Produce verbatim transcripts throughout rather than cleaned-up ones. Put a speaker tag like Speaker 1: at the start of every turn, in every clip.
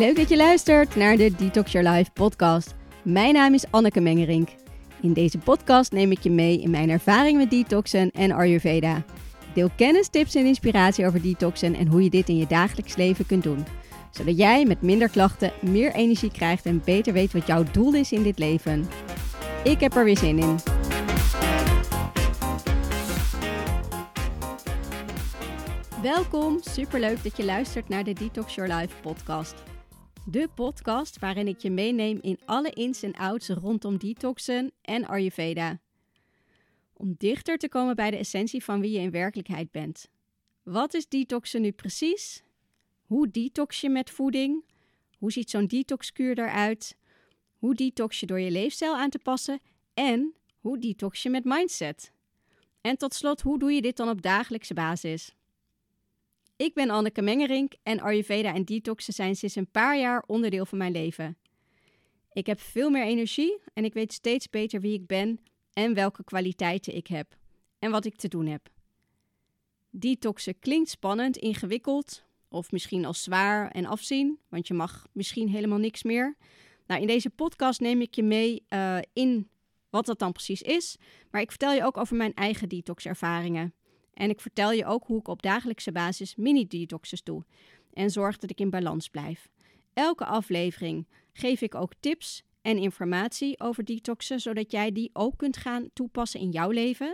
Speaker 1: leuk dat je luistert naar de Detox Your Life podcast. Mijn naam is Anneke Mengerink. In deze podcast neem ik je mee in mijn ervaring met detoxen en Ayurveda. Ik deel kennis, tips en inspiratie over detoxen en hoe je dit in je dagelijks leven kunt doen. Zodat jij met minder klachten meer energie krijgt en beter weet wat jouw doel is in dit leven. Ik heb er weer zin in. Welkom, superleuk dat je luistert naar de Detox Your Life podcast. De podcast waarin ik je meeneem in alle ins en outs rondom detoxen en Ayurveda. Om dichter te komen bij de essentie van wie je in werkelijkheid bent. Wat is detoxen nu precies? Hoe detox je met voeding? Hoe ziet zo'n detoxkuur eruit? Hoe detox je door je leefstijl aan te passen? En hoe detox je met mindset? En tot slot, hoe doe je dit dan op dagelijkse basis? Ik ben Anneke Mengerink en Ayurveda en detoxen zijn sinds een paar jaar onderdeel van mijn leven. Ik heb veel meer energie en ik weet steeds beter wie ik ben en welke kwaliteiten ik heb en wat ik te doen heb. Detoxen klinkt spannend, ingewikkeld of misschien als zwaar en afzien, want je mag misschien helemaal niks meer. Nou, in deze podcast neem ik je mee uh, in wat dat dan precies is, maar ik vertel je ook over mijn eigen detoxervaringen. En ik vertel je ook hoe ik op dagelijkse basis mini-detoxes doe en zorg dat ik in balans blijf. Elke aflevering geef ik ook tips en informatie over detoxen, zodat jij die ook kunt gaan toepassen in jouw leven.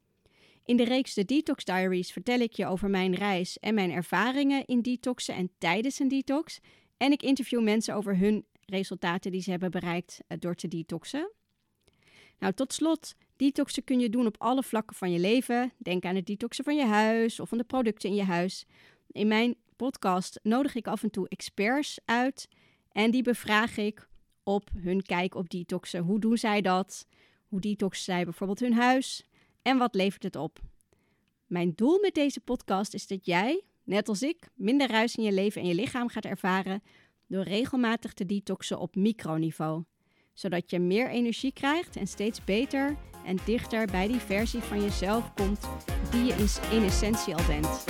Speaker 1: In de reeks de Detox Diaries vertel ik je over mijn reis en mijn ervaringen in detoxen en tijdens een detox. En ik interview mensen over hun resultaten die ze hebben bereikt door te detoxen. Nou, tot slot, detoxen kun je doen op alle vlakken van je leven. Denk aan het detoxen van je huis of van de producten in je huis. In mijn podcast nodig ik af en toe experts uit en die bevraag ik op hun kijk op detoxen. Hoe doen zij dat? Hoe detoxen zij bijvoorbeeld hun huis? En wat levert het op? Mijn doel met deze podcast is dat jij, net als ik, minder ruis in je leven en je lichaam gaat ervaren door regelmatig te detoxen op microniveau. Zodat je meer energie krijgt en steeds beter en dichter bij die versie van jezelf komt die je in, in essentie al bent.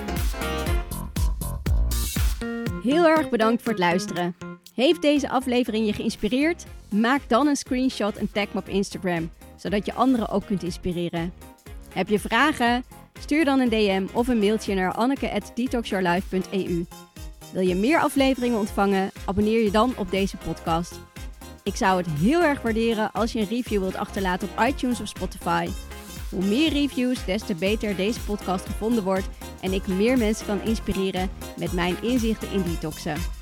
Speaker 1: Heel erg bedankt voor het luisteren. Heeft deze aflevering je geïnspireerd? Maak dan een screenshot en tag me op Instagram, zodat je anderen ook kunt inspireren. Heb je vragen? Stuur dan een D M of een mailtje naar anneke at detox your life punt e u. Wil je meer afleveringen ontvangen? Abonneer je dan op deze podcast. Ik zou het heel erg waarderen als je een review wilt achterlaten op iTunes of Spotify. Hoe meer reviews, des te beter deze podcast gevonden wordt en ik meer mensen kan inspireren met mijn inzichten in detoxen.